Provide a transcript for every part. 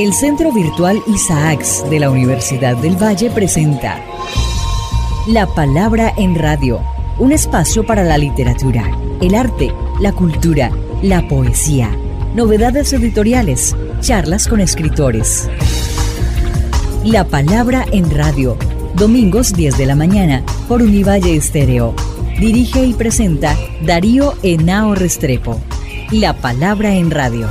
El Centro Virtual Isaacs de la Universidad del Valle presenta La Palabra en Radio, un espacio para la literatura, el arte, la cultura, la poesía, novedades editoriales, charlas con escritores. La Palabra en Radio, domingos 10 de la mañana por Univalle Estéreo. Dirige y presenta Darío Henao Restrepo. La Palabra en Radio.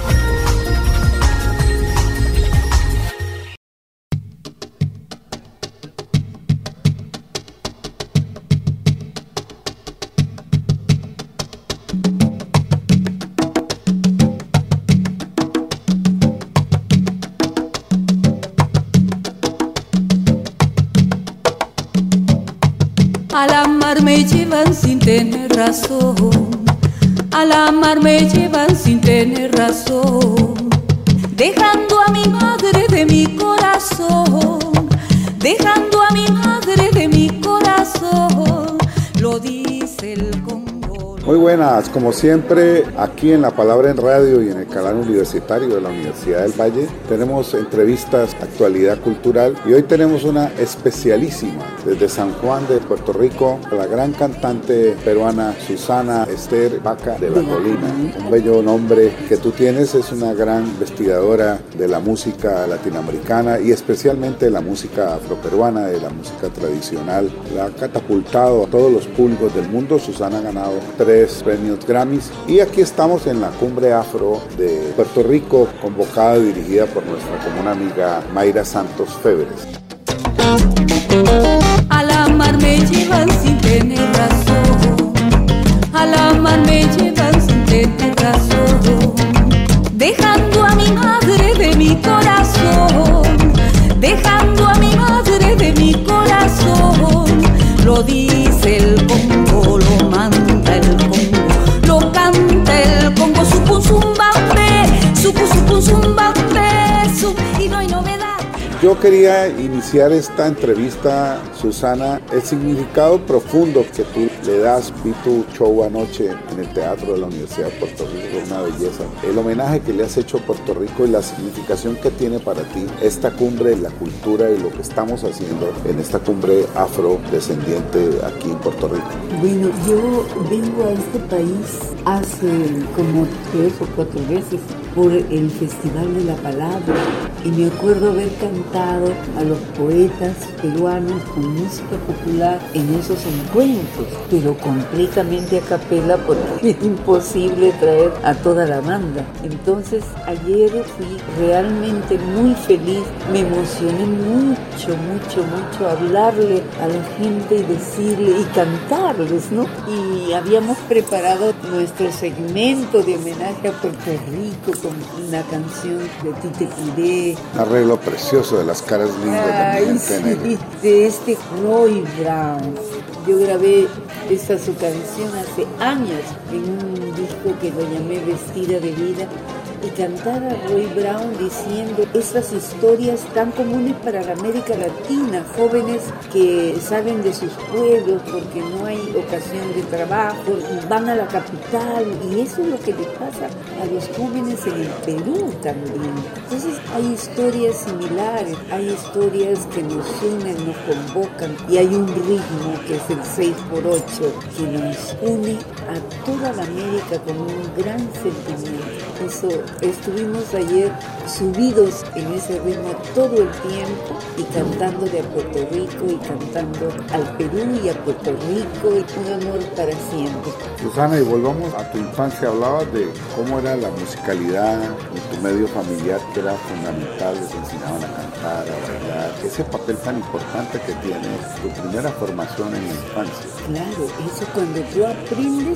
Al amar me llevan sin tener razón, al amar me llevan sin tener razón, dejando a mi madre de mi corazón, dejando a mi madre de mi corazón, lo dice el Congo. Muy buenas, como siempre, aquí en La Palabra en Radio y en el canal universitario de la Universidad del Valle tenemos entrevistas, actualidad cultural, y hoy tenemos una especialísima desde San Juan de Puerto Rico, la gran cantante peruana Susana Esther Vaca de la Colina. Un bello nombre que tú tienes, es una gran investigadora de la música latinoamericana y especialmente de la música afroperuana, de la música tradicional. La ha catapultado a todos los públicos del mundo. Susana ha ganado 3 premios Grammys y aquí estamos en la Cumbre Afro de Puerto Rico, convocada y dirigida por nuestra común amiga Mayra Santos Febres. Al amar me llevan sin tener razón, al amar me llevan sin tener razón, dejando a mi madre de mi corazón, dejando a mi madre de mi corazón, lo dice el Congo, lo manda el Congo, lo canta el Congo, supu zumbambe, supu zumbambe, y no hay novedad. Yo quería iniciar esta entrevista, Susana, el significado profundo que tú le das. Vi tu show anoche en el Teatro de la Universidad de Puerto Rico, una belleza. El homenaje que le has hecho a Puerto Rico y la significación que tiene para ti esta cumbre, la cultura y lo que estamos haciendo en esta cumbre afrodescendiente aquí en Puerto Rico. Bueno, yo vengo a este país hace como 3 o 4 veces por el Festival de la Palabra y me acuerdo haber cantado a los poetas peruanos con música popular en esos encuentros, pero completamente a capela porque es imposible traer a toda la banda. Entonces ayer fui realmente muy feliz, me emocioné mucho hablarle a la gente y decirle y cantarles, ¿no? Y habíamos preparado nuestro segmento de homenaje a Puerto Rico con una canción de Tite Quiré. Un arreglo precioso de Las Caras Lindas de Miguel Tenegro. De este Roy Brown. Yo grabé esta su canción hace años en un disco que lo llamé Vestida de Vida, y cantar a Roy Brown diciendo estas historias tan comunes para la América Latina, jóvenes que salen de sus pueblos porque no hay ocasión de trabajo, van a la capital, y eso es lo que le pasa a los jóvenes en el Perú también. Entonces hay historias similares, hay historias que nos unen, nos convocan, y hay un ritmo que es el 6x8 que nos une a toda la América con un gran sentimiento. Eso, estuvimos ayer subidos en ese ritmo todo el tiempo y cantándole a Puerto Rico y cantando al Perú y a Puerto Rico, y un amor para siempre. Susana, y volvamos a tu infancia. Hablabas de cómo era la musicalidad en tu medio familiar, que era fundamental, les enseñaban a cantar, a bailar, ese papel tan importante que tiene tu primera formación en la infancia. Claro, eso cuando tú aprendes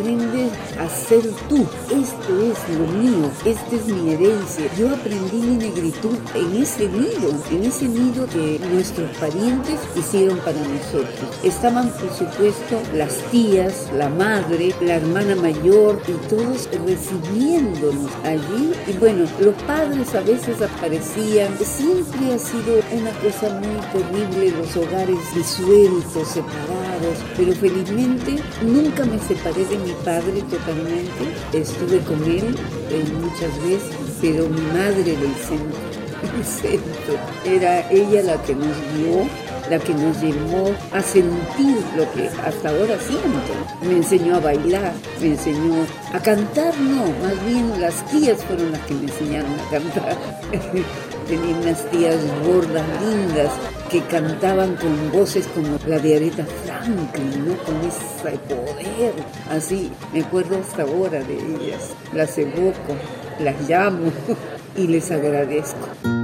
a ser tú. Esto es lo mío, esta es mi herencia. Yo aprendí mi negritud en ese nido que nuestros parientes hicieron para nosotros. Estaban, por supuesto, las tías, la madre, la hermana mayor, y todos recibiéndonos allí. Y bueno, los padres a veces aparecían. Siempre ha sido una cosa muy terrible los hogares disueltos, separados, pero felizmente nunca me separé de mi padre totalmente. Estuve con él muchas veces, pero mi madre del centro. el centro. Era ella la que nos guió, la que nos llevó a sentir lo que hasta ahora siento. Me enseñó a bailar, me enseñó a cantar, no, más bien las tías fueron las que me enseñaron a cantar. Tenía unas tías gordas, lindas, que cantaban con voces como la de Aretha Franklin, ¿no? Con ese poder. Así, me acuerdo hasta ahora de ellas. Las evoco, las llamo y les agradezco.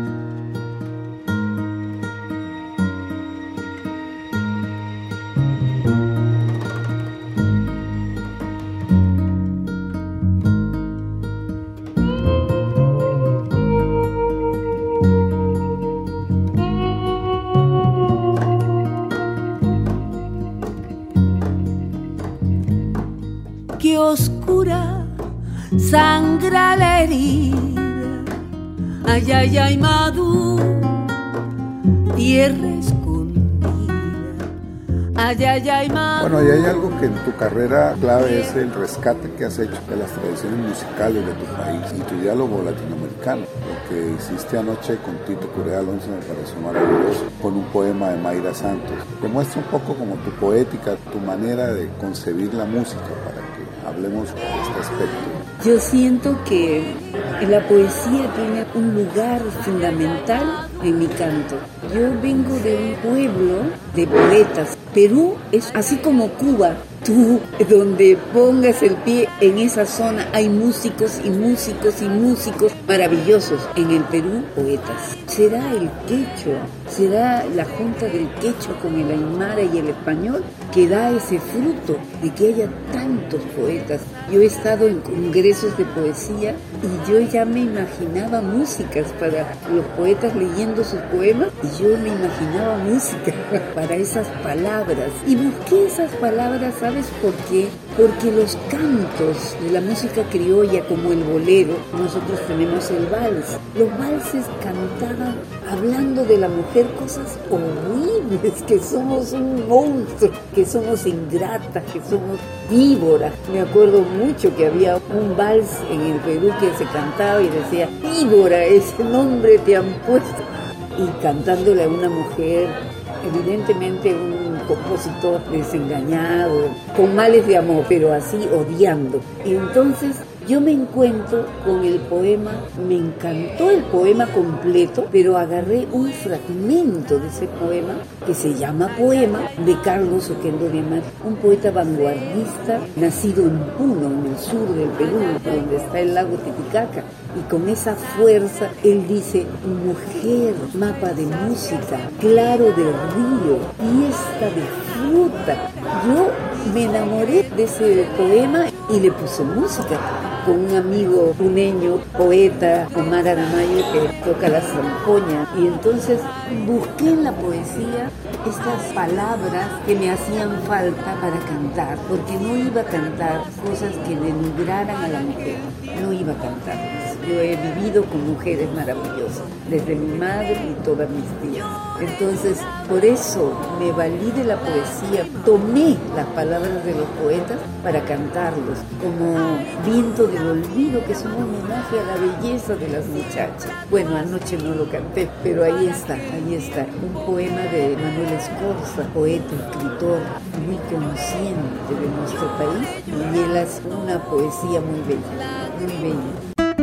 Qué oscura sangra la herida, ay, ay, ay, Madú, tierra escondida, ay, ay, ay, Madú. Bueno, y hay algo que en tu carrera clave es el rescate que has hecho de las tradiciones musicales de tu país y tu diálogo latinoamericano. Lo que hiciste anoche con Tito Curea Alonso me pareció maravilloso, con un poema de Mayra Santos. Demuestra un poco como tu poética, tu manera de concebir la música para que hablemos de este aspecto. Yo siento que la poesía tiene un lugar fundamental en mi canto. Yo vengo de un pueblo de poetas. Perú es así como Cuba. Tú, donde pongas el pie en esa zona, hay músicos y músicos y músicos maravillosos. En el Perú, poetas. Será el quechua, será la junta del quechua con el aymara y el español que da ese fruto de que haya tantos poetas. Yo he estado en congresos de poesía y yo ya me imaginaba músicas para los poetas leyendo sus poemas y yo me imaginaba música para esas palabras. Y busqué esas palabras, ¿sabes por qué? Porque los cantos de la música criolla como el bolero, nosotros tenemos el vals. Los valses cantaban hablando de la mujer cosas horribles, que somos un monstruo, que somos ingratas, que somos víboras. Me acuerdo mucho que había un vals en el Perú que se cantaba y decía, víbora, ese nombre te han puesto. Y cantándole a una mujer, evidentemente un compositor desengañado, con males de amor, pero así odiando. Y entonces yo me encuentro con el poema, me encantó el poema completo, pero agarré un fragmento de ese poema que se llama Poema, de Carlos Oquendo de Amar, un poeta vanguardista nacido en Puno, en el sur del Perú, donde está el lago Titicaca. Y con esa fuerza él dice, mujer, mapa de música, claro de río, fiesta de fruta. Yo me enamoré de ese poema y le puse música con un amigo puneño, poeta, Omar Aramayo, que toca la zampoña. Y entonces busqué en la poesía estas palabras que me hacían falta para cantar, porque no iba a cantar cosas que denigraran a la mujer, no iba a cantarlas. Yo he vivido con mujeres maravillosas, desde mi madre y todas mis tías. Entonces, por eso me valí de la poesía, tomé las palabras de los poetas para cantarlos, como Viento del Olvido, que es un homenaje a la belleza de las muchachas. Bueno, anoche no lo canté, pero ahí está, un poema de Manuel Escorza, poeta, escritor, muy consciente de nuestro país, y él hace una poesía muy bella, muy bella.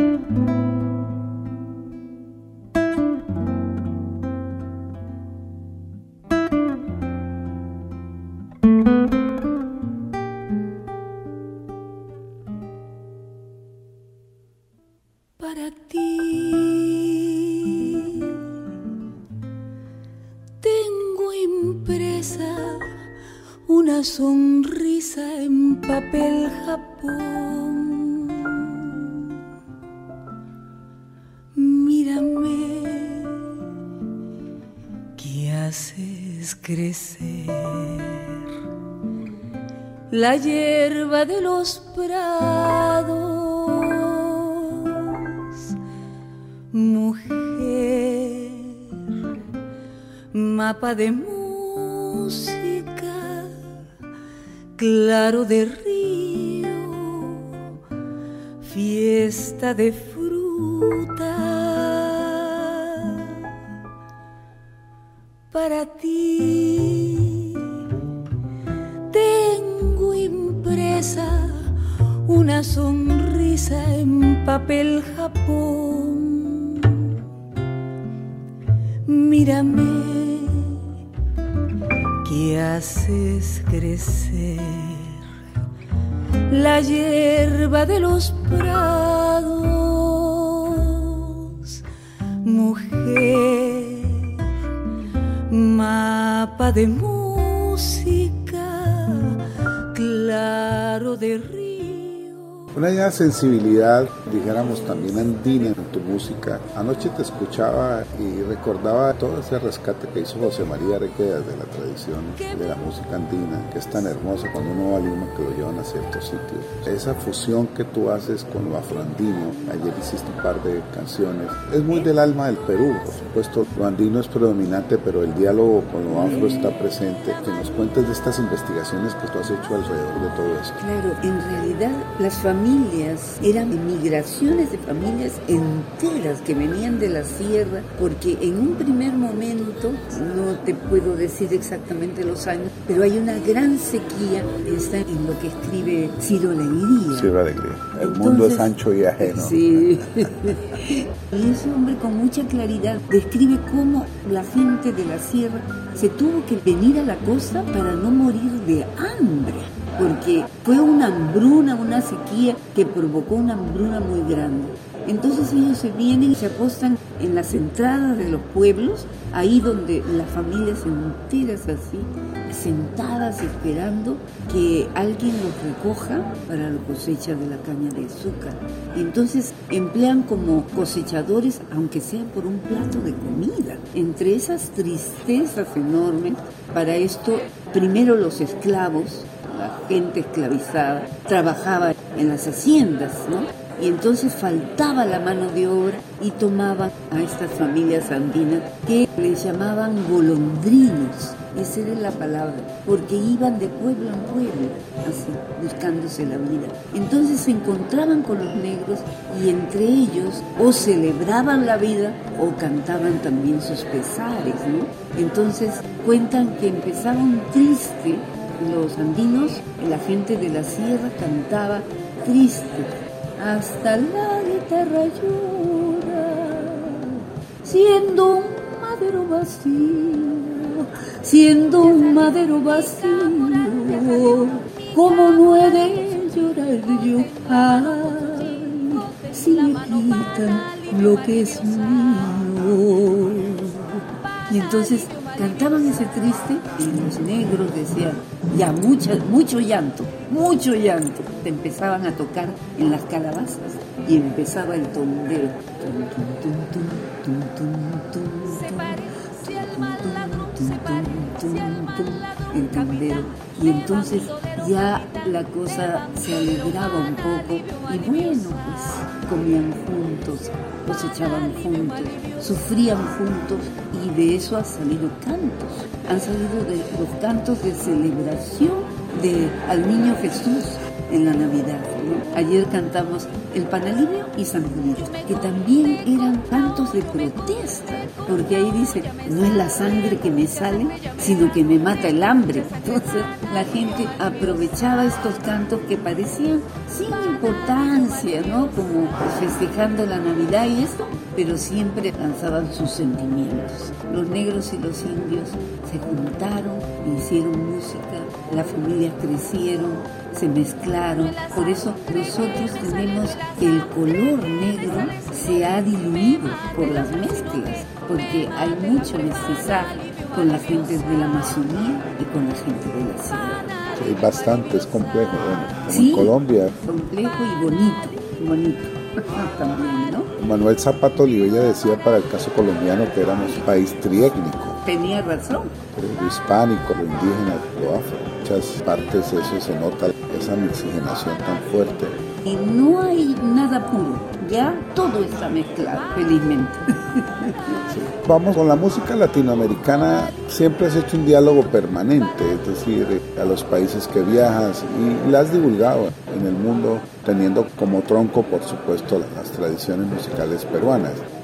Para ti tengo impresa una sonrisa en papel Japón. Mírame, que haces crecer la hierba de los prados. Mujer, mapa de música, claro de río, fiesta de fruta. para ti. Tengo impresa una sonrisa en papel Japón. Mírame, que haces crecer la hierba de los prados. Mujer, mapa de música, claro de río. Una sensibilidad, dijéramos, también andina en tu música. Anoche te escuchaba y recordaba todo ese rescate que hizo José María Arequedas de la tradición de la música andina, que es tan hermosa cuando uno va a Lima, que lo llevan a ciertos sitios. Esa fusión que tú haces con lo afroandino, ayer hiciste un par de canciones, es muy del alma del Perú. Por supuesto, lo andino es predominante, pero el diálogo con lo afro está presente. Que nos cuentes de estas investigaciones que tú has hecho alrededor de todo esto. Claro, en realidad las familias eran migraciones de familias enteras que venían de la sierra, porque en un primer momento, no te puedo decir exactamente los años, pero hay una gran sequía, está en lo que escribe Ciro Alegría. Ciro Alegría. El mundo es ancho y ajeno. Sí. Y ese hombre con mucha claridad describe cómo la gente de la sierra se tuvo que venir a la costa para no morir de hambre, porque fue una hambruna, una sequía que provocó una hambruna muy grande. Entonces ellos se vienen y se apostan en las entradas de los pueblos, ahí donde las familias enteras así, sentadas esperando que alguien los recoja para la cosecha de la caña de azúcar. Y entonces emplean como cosechadores, aunque sea por un plato de comida. Entre esas tristezas enormes, para esto, primero los esclavos, la gente esclavizada, trabajaba en las haciendas, ¿no? Y entonces faltaba la mano de obra y tomaban a estas familias andinas que les llamaban golondrinos. Esa era la palabra, porque iban de pueblo en pueblo, así, buscándose la vida. Entonces se encontraban con los negros y entre ellos o celebraban la vida o cantaban también sus pesares, ¿no? Entonces cuentan que empezaban triste. Los andinos, la gente de la sierra cantaba triste. Hasta la guitarra llora, siendo un madero vacío, siendo un madero vacío, ¿cómo no he de llorar yo? Ay, si me quitan lo que es mío. Y entonces cantaban ese triste y los negros decían, ya mucho llanto. Te empezaban a tocar en las calabazas y empezaba el tondero. El tondero. Y entonces ya la cosa se alegraba un poco y bueno, pues comían juntos, cosechaban juntos, sufrían juntos y de eso han salido cantos. Han salido de los cantos de celebración al niño Jesús en la Navidad, ¿no? Ayer cantamos el Panalíneo y San Benito, que también eran cantos de protesta, porque ahí dice, no es la sangre que me sale, sino que me mata el hambre. Entonces la gente aprovechaba estos cantos que parecían sin importancia, ¿no? Como festejando la Navidad y esto, pero siempre lanzaban sus sentimientos. Los negros y los indios se juntaron, hicieron música, las familias crecieron, se mezclaron. Por eso nosotros tenemos el color negro se ha diluido por las mezclas, porque hay mucho mestizaje con la gente de la Amazonía y con la gente de la sierra. Sí, bastante, es complejo, bueno, como sí, en Colombia. Complejo y bonito también, ¿no? Manuel Zapato Olivella decía para el caso colombiano que éramos un país triétnico. Tenía razón. Lo hispánico, lo indígena, lo afro. En muchas partes eso se nota, esa miscigenación tan fuerte. Y no hay nada puro, ya todo está mezclado, felizmente. Sí. Vamos con la música latinoamericana, siempre has hecho un diálogo permanente, es decir, a los países que viajas y la has divulgado en el mundo, teniendo como tronco, por supuesto, las tradiciones musicales peruanas.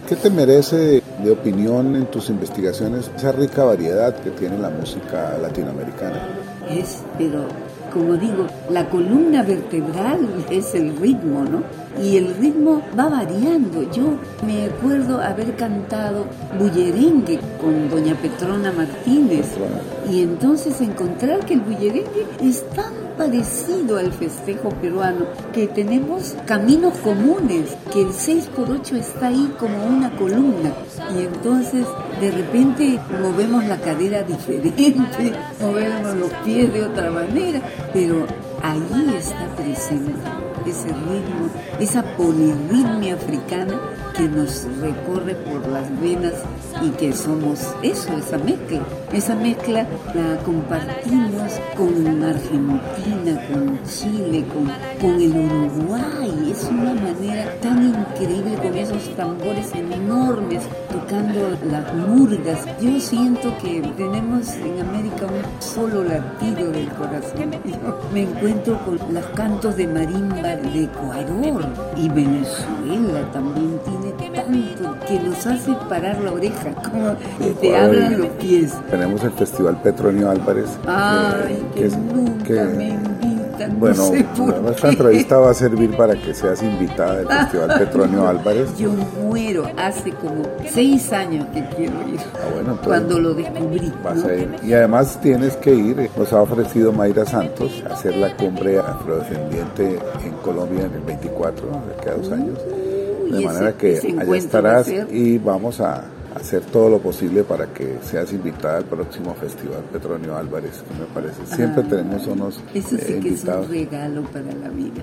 ¿Qué te merece de opinión en tus investigaciones esa rica variedad que tiene la música latinoamericana? Pero como digo, la columna vertebral es el ritmo, ¿no? Y el ritmo va variando. Yo me acuerdo haber cantado bullerengue con doña Petrona Martínez. Y entonces encontrar que el bullerengue es tan parecido al festejo peruano, que tenemos caminos comunes, que el 6x8 está ahí como una columna. Y entonces de repente movemos la cadera diferente, movemos los pies de otra manera, pero ahí está presente ese ritmo, esa polirritmia africana que nos recorre por las venas y que somos eso, esa mezcla la compartimos con Argentina, con Chile, con el Uruguay. Es una manera tan increíble con esos tambores enormes tocando las murgas. Yo siento que tenemos en América un solo latido del corazón. Yo me encuentro con los cantos de marimba de Ecuador, y Venezuela también tiene tanto que nos hace parar la oreja y te hablan los pies. Tenemos el Festival Petronio Álvarez. Que nunca me invitan. Bueno, no sé nuestra entrevista va a servir para que seas invitada del Festival Petronio Álvarez. Yo muero, hace como 6 años que quiero ir. Bueno, entonces, cuando lo descubrí. Vas a ir. Y además tienes que ir. Nos ha ofrecido Mayra Santos hacer la cumbre afrodescendiente en Colombia en el 24, de cada 2 años. De manera que allá estarás y vamos a hacer todo lo posible para que seas invitada al próximo Festival Petronio Álvarez, que me parece. Siempre tenemos unos eso sí que invitados. Es un regalo para la vida.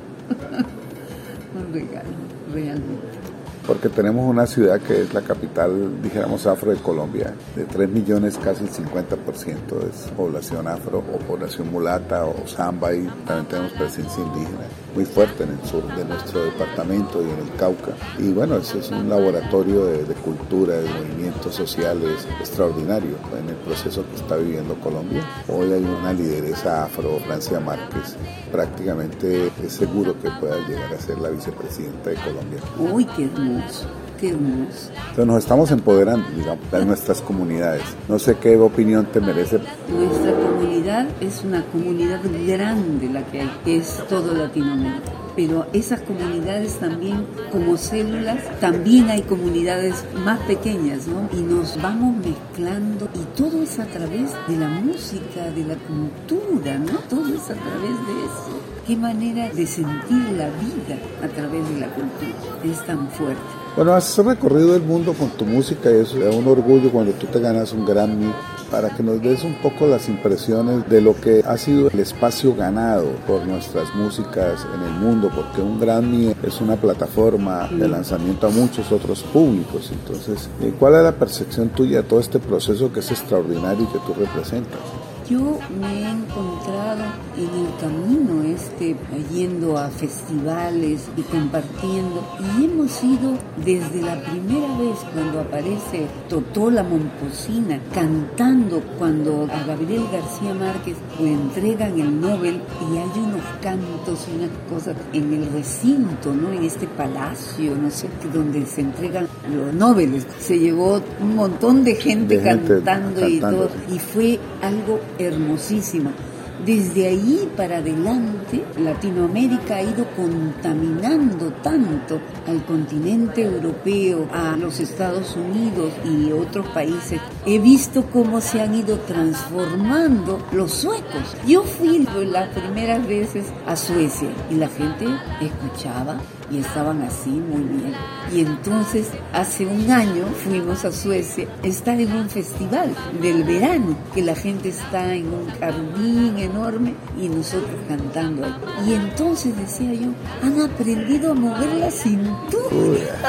Un regalo, realmente. Porque tenemos una ciudad que es la capital, dijéramos, afro de Colombia. De 3 millones, casi el 50% es población afro o población mulata o samba, y también tenemos presencia indígena muy fuerte en el sur de nuestro departamento y en el Cauca. Y bueno, eso es un laboratorio de cultura, de movimientos sociales extraordinario en el proceso que está viviendo Colombia. Hoy hay una lideresa afro, Francia Márquez, prácticamente es seguro que pueda llegar a ser la vicepresidenta de Colombia. Uy, qué hermoso. Qué hermoso. Entonces nos estamos empoderando, digamos, de nuestras comunidades. No sé qué opinión te merece. Nuestra comunidad es una comunidad grande la que hay, que es todo Latinoamérica. Pero esas comunidades también, como células, también hay comunidades más pequeñas, ¿no? Y nos vamos mezclando, y todo es a través de la música, de la cultura, ¿no? Todo es a través de eso. Qué manera de sentir la vida a través de la cultura. Es tan fuerte. Bueno, has recorrido el mundo con tu música y eso es un orgullo cuando tú te ganas un Grammy. Para que nos des un poco las impresiones de lo que ha sido el espacio ganado por nuestras músicas en el mundo, porque un Grammy es una plataforma de lanzamiento a muchos otros públicos. Entonces, ¿cuál es la percepción tuya de todo este proceso que es extraordinario y que tú representas? Yo me he encontrado en el camino yendo a festivales y compartiendo, y hemos ido desde la primera vez cuando aparece Totó la Momposina cantando, cuando a Gabriel García Márquez le entregan el Nobel, y hay unos cantos y unas cosas en el recinto, ¿no? En este palacio, no sé, donde se entregan los Nobeles. Se llevó un montón de gente cantando y todo, y fue algo hermosísimo. Desde ahí para adelante, Latinoamérica ha ido contaminando tanto al continente europeo, a los Estados Unidos y otros países. He visto cómo se han ido transformando los suecos. Yo fui las primeras veces a Suecia y la gente escuchaba y estaban así muy bien. Y entonces hace un año fuimos a Suecia a estar en un festival del verano, que la gente está en un jardín enorme y nosotros cantando ahí. Y entonces decía yo, han aprendido a mover la cintura.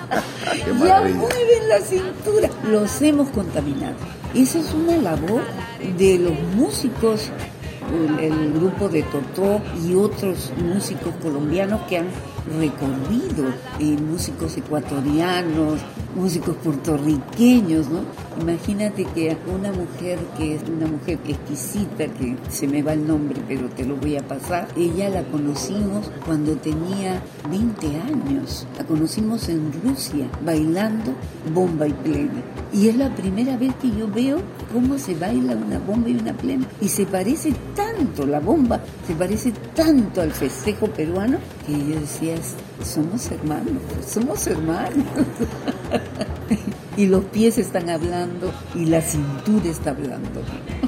Ya mueven la cintura. Los hemos contaminado. Esa es una labor de los músicos, el grupo de Totó y otros músicos colombianos que han recorrido, músicos ecuatorianos, músicos puertorriqueños, ¿no? Imagínate que una mujer que es una mujer exquisita, que se me va el nombre, pero te lo voy a pasar, ella la conocimos cuando tenía 20 años. La conocimos en Rusia, bailando bomba y plena. Y es la primera vez que yo veo cómo se baila una bomba y una plena. Y se parece tanto, la bomba, se parece tanto al festejo peruano, que yo decía, somos hermanos. Y los pies están hablando y la cintura está hablando.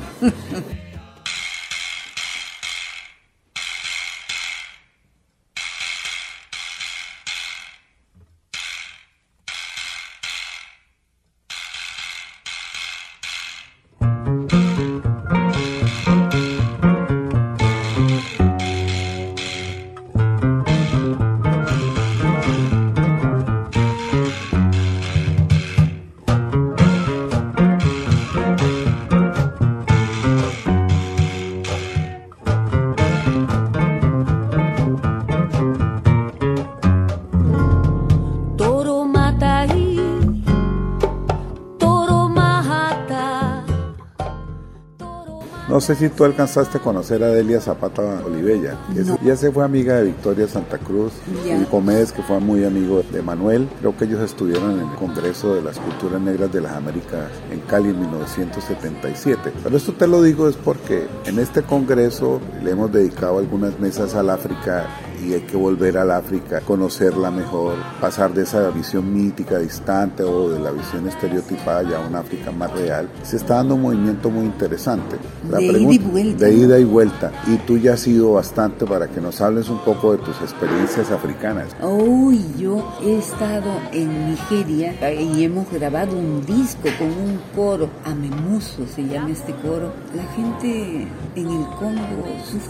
No sé si tú alcanzaste a conocer a Delia Zapata Olivella. No. Ella se fue amiga de Victoria Santa Cruz y Gómez, que fue muy amigo de Manuel. Creo que ellos estuvieron en el Congreso de las Culturas Negras de las Américas en Cali en 1977. Pero esto te lo digo es porque en este congreso le hemos dedicado algunas mesas al África y hay que volver al África, conocerla mejor, pasar de esa visión mítica, distante o de la visión estereotipada ya a un África más real. Se está dando un movimiento muy interesante. De ida y vuelta. De ida y vuelta. Y tú ya has ido bastante para que nos hables un poco de tus experiencias africanas. Uy, yo he estado en Nigeria y hemos grabado un disco con un coro, Amemuso se llama este coro. La gente en el Congo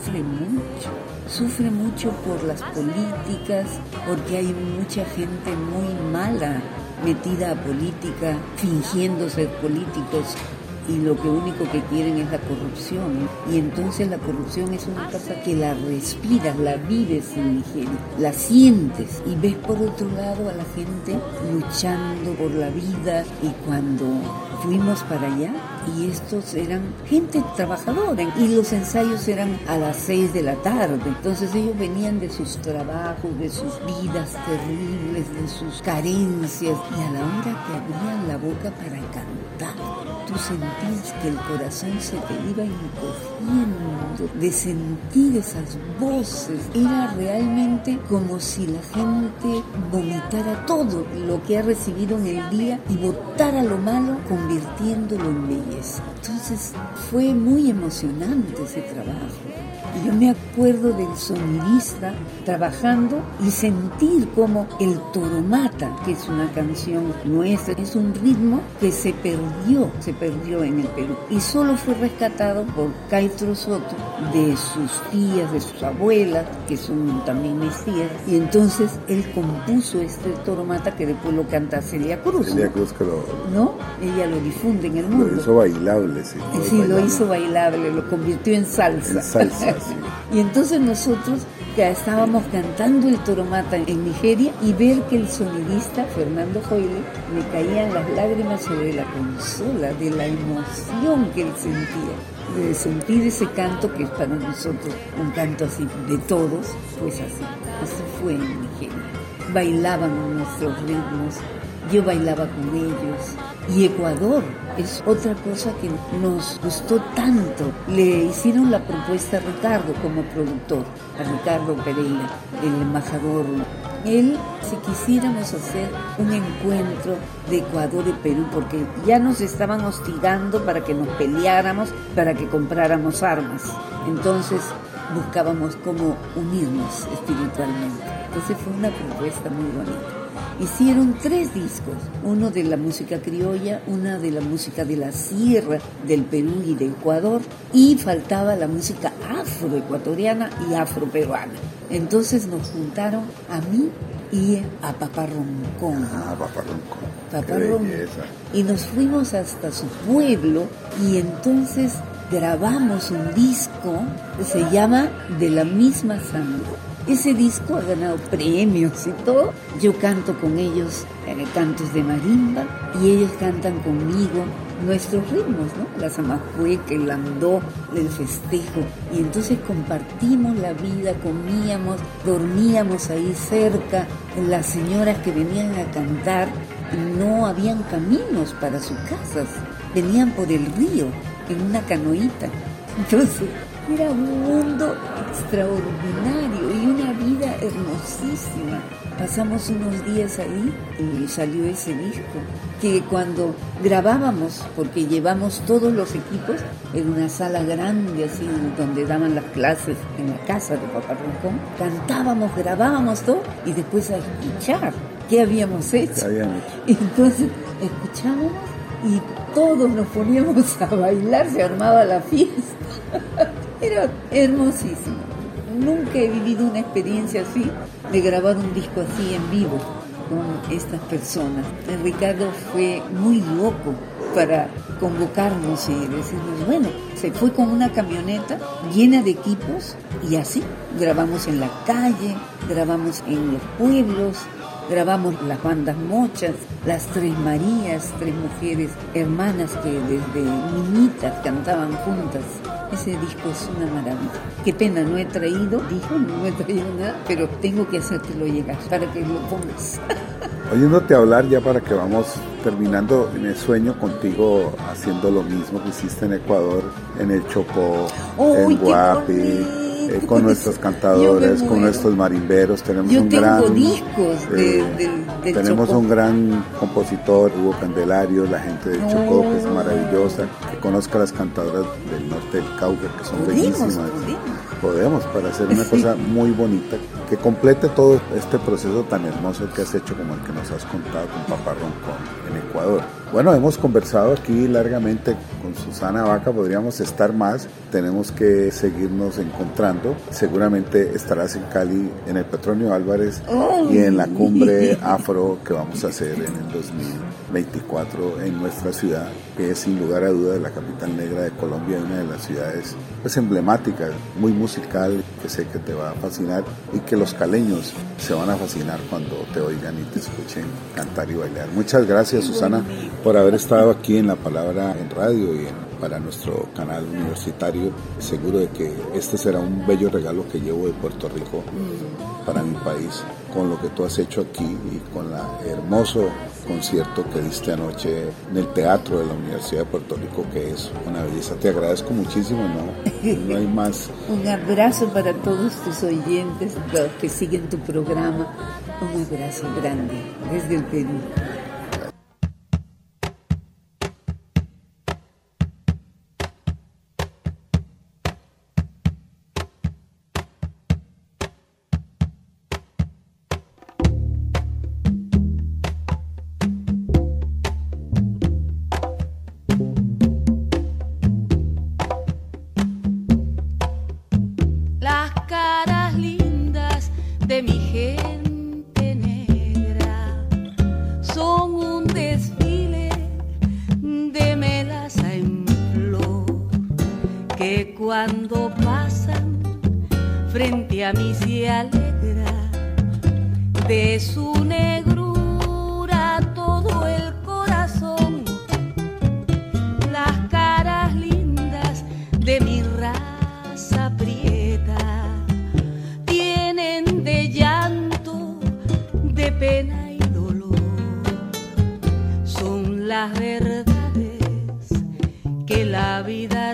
sufre mucho por las políticas, porque hay mucha gente muy mala metida a política, fingiendo ser políticos, y lo que único que quieren es la corrupción. Y entonces la corrupción es una cosa que la respiras, la vives en Nigeria, la sientes y ves por otro lado a la gente luchando por la vida. Y cuando fuimos para allá, y estos eran gente trabajadora, y los ensayos eran a las 6 de la tarde, entonces ellos venían de sus trabajos, de sus vidas terribles, de sus carencias, y a la hora que abrían la boca para cantar, tú sentías que el corazón se te iba encogiendo de sentir esas voces. Era realmente como si la gente vomitara todo lo que ha recibido en el día y botara lo malo, convirtiéndolo en belleza. Entonces fue muy emocionante ese trabajo. Y yo me acuerdo del sonidista trabajando y sentir como el toromata, que es una canción nuestra, es un ritmo que se perdió en el Perú y solo fue rescatado por Caetro Soto, de sus tías, de sus abuelas, que son también mis tías, y entonces él compuso este toromata que después lo canta Celia Cruz. Celia Cruz que ¿no? Ella lo difunde en el mundo. Lo hizo bailable, sí. Sí, lo hizo bailable, lo convirtió en salsa. En salsa, sí. Y entonces nosotros que estábamos cantando el toromata en Nigeria y ver que el sonidista, Fernando Joile, me caían las lágrimas sobre la consola de la emoción que él sentía, de sentir ese canto que es para nosotros un canto así de todos, pues así fue en Nigeria. Bailaban nuestros ritmos, yo bailaba con ellos. Y Ecuador es otra cosa que nos gustó tanto. Le hicieron la propuesta a Ricardo como productor, a Ricardo Pereira, el embajador. Él, si quisiéramos hacer un encuentro de Ecuador y Perú, porque ya nos estaban hostigando para que nos peleáramos, para que compráramos armas. Entonces buscábamos cómo unirnos espiritualmente. Entonces fue una propuesta muy bonita. Hicieron 3 discos, uno de la música criolla, una de la música de la sierra del Perú y de Ecuador, y faltaba la música afroecuatoriana y afroperuana. Entonces nos juntaron a mí y a Papá Roncón. Papá Roncón. Y nos fuimos hasta su pueblo y entonces grabamos un disco que se llama De la misma sangre. Ese disco ha ganado premios y todo. Yo canto con ellos cantos de marimba y ellos cantan conmigo nuestros ritmos, ¿no? La zamajueca, el landó, el festejo. Y entonces compartimos la vida, comíamos, dormíamos ahí cerca. Las señoras que venían a cantar, no habían caminos para sus casas, venían por el río en una canoita. Entonces era un mundo extraordinario y una vida hermosísima. Pasamos unos días ahí y salió ese disco, que cuando grabábamos, porque llevamos todos los equipos en una sala grande así donde daban las clases en la casa de Papá Roncón, cantábamos, grabábamos todo y después a escuchar qué habíamos hecho. Y entonces escuchábamos y todos nos poníamos a bailar, se armaba la fiesta. Era hermosísimo. Nunca he vivido una experiencia así, de grabar un disco así en vivo con estas personas. Ricardo fue muy loco para convocarnos y decirnos, bueno, se fue con una camioneta llena de equipos y así grabamos en la calle, grabamos en los pueblos, grabamos las bandas mochas, las Tres Marías, tres mujeres hermanas que desde niñitas cantaban juntas. Ese disco es una maravilla. Qué pena, no he traído nada, pero tengo que hacértelo llegar para que lo pongas. Oyéndote hablar, ya para que vamos terminando, me sueño contigo haciendo lo mismo que hiciste en Ecuador, en el Chocó, en Guapi, con nuestras cantadoras, con nuestros marimberos. Tenemos discos tenemos Chocó. Un gran compositor, Hugo Candelario, la gente del Chocó, que es maravillosa, que conozca las cantadoras del norte del Cauca, que son bellísimas. Podemos, para hacer una cosa muy bonita, que complete todo este proceso tan hermoso que has hecho como el que nos has contado con Papá Roncón en Ecuador. Bueno, hemos conversado aquí largamente con Susana Vaca, podríamos estar más, tenemos que seguirnos encontrando. Seguramente estarás en Cali, en el Petronio Álvarez y en la cumbre afro que vamos a hacer en el 2024 en nuestra ciudad, que es sin lugar a duda la capital negra de Colombia, una de las ciudades pues emblemáticas, muy musical, que sé que te va a fascinar y que los caleños se van a fascinar cuando te oigan y te escuchen cantar y bailar. Muchas gracias, Susana, por haber estado aquí en La Palabra en Radio y para nuestro canal universitario. Seguro de que este será un bello regalo que llevo de Puerto Rico para mi país, con lo que tú has hecho aquí y con el hermoso concierto que diste anoche en el Teatro de la Universidad de Puerto Rico, que es una belleza. Te agradezco muchísimo, no hay más. Un abrazo para todos tus oyentes, los que siguen tu programa. Un abrazo grande desde el Perú. Cuando pasan frente a mí se alegra de su negrura todo el corazón. Las caras lindas de mi raza prieta tienen de llanto, de pena y dolor. Son las verdades que la vida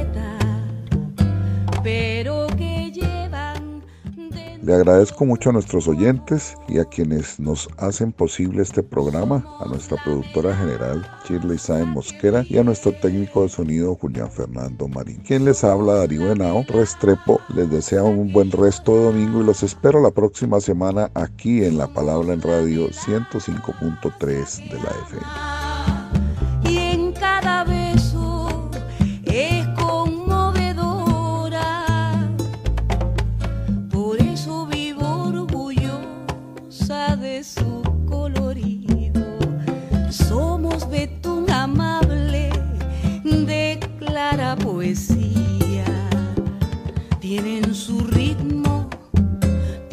pero que llevan Le agradezco mucho a nuestros oyentes y a quienes nos hacen posible este programa, a nuestra productora general Shirley Sáenz Mosquera y a nuestro técnico de sonido Julián Fernando Marín. Quien les habla, Darío Henao Restrepo, les desea un buen resto de domingo y los espero la próxima semana aquí en La Palabra en Radio 105.3 de la FM. Y en cada beso es conmovedora, por eso vivo orgullosa de su colorido. Somos betún amable de clara poesía, tienen su ritmo,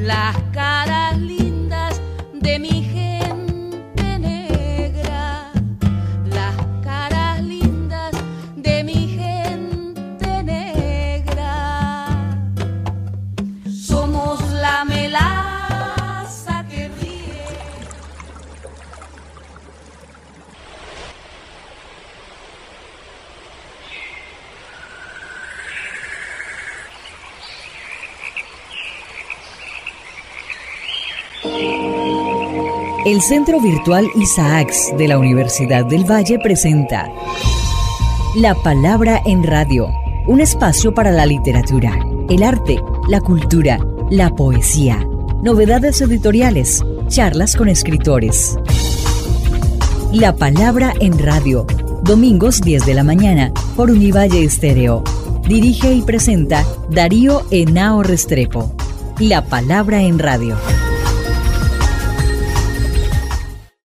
las caras lindas de mi gente negra, las caras lindas de mi gente negra. Somos la melaza que ríe. El Centro Virtual Isaacs de la Universidad del Valle presenta La Palabra en Radio, un espacio para la literatura, el arte, la cultura, la poesía, novedades editoriales, charlas con escritores. La Palabra en Radio, domingos 10 de la mañana por Univalle Estéreo. Dirige y presenta Darío Henao Restrepo. La Palabra en Radio.